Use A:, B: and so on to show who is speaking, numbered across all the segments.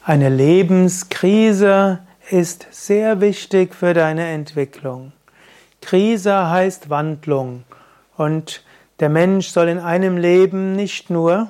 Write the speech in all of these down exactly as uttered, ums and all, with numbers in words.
A: Eine Lebenskrise ist sehr wichtig für deine Entwicklung. Krise heißt Wandlung und der Mensch soll in einem Leben nicht nur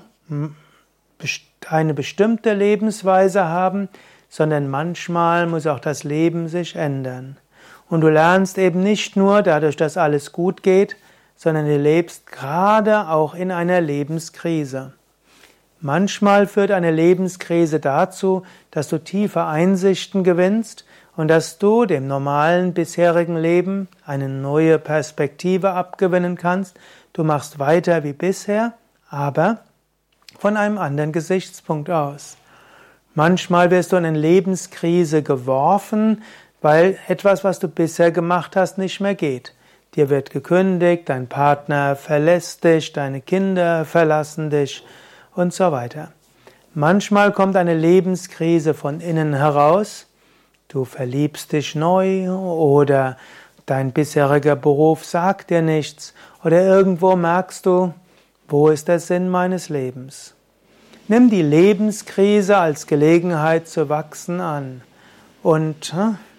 A: eine bestimmte Lebensweise haben, sondern manchmal muss auch das Leben sich ändern. Und du lernst eben nicht nur dadurch, dass alles gut geht, sondern du lebst gerade auch in einer Lebenskrise. Manchmal führt eine Lebenskrise dazu, dass du tiefe Einsichten gewinnst und dass du dem normalen bisherigen Leben eine neue Perspektive abgewinnen kannst. Du machst weiter wie bisher, aber von einem anderen Gesichtspunkt aus. Manchmal wirst du in eine Lebenskrise geworfen, weil etwas, was du bisher gemacht hast, nicht mehr geht. Dir wird gekündigt, dein Partner verlässt dich, deine Kinder verlassen dich und so weiter. Manchmal kommt eine Lebenskrise von innen heraus. Du verliebst dich neu oder dein bisheriger Beruf sagt dir nichts oder irgendwo merkst du, wo ist der Sinn meines Lebens? Nimm die Lebenskrise als Gelegenheit zu wachsen an und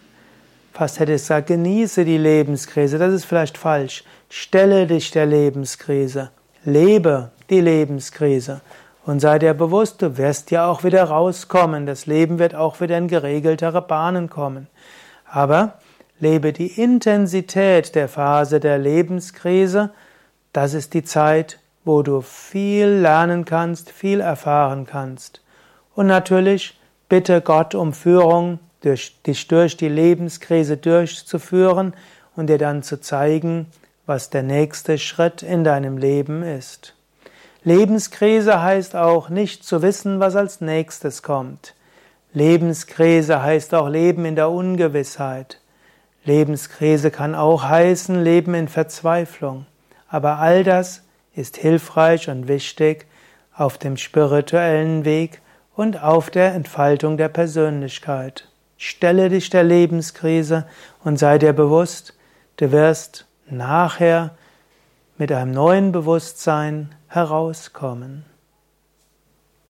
A: fast hätte ich gesagt, genieße die Lebenskrise. Das ist vielleicht falsch. Stelle dich der Lebenskrise. Lebe die Lebenskrise. Und sei dir bewusst, du wirst ja auch wieder rauskommen. Das Leben wird auch wieder in geregeltere Bahnen kommen. Aber lebe die Intensität der Phase der Lebenskrise. Das ist die Zeit, wo du viel lernen kannst, viel erfahren kannst. Und natürlich bitte Gott um Führung, durch, dich durch die Lebenskrise durchzuführen und dir dann zu zeigen, was der nächste Schritt in deinem Leben ist. Lebenskrise heißt auch nicht zu wissen, was als nächstes kommt. Lebenskrise heißt auch Leben in der Ungewissheit. Lebenskrise kann auch heißen Leben in Verzweiflung. Aber all das ist hilfreich und wichtig auf dem spirituellen Weg und auf der Entfaltung der Persönlichkeit. Stelle dich der Lebenskrise und sei dir bewusst, du wirst nachher mit einem neuen Bewusstsein herauskommen.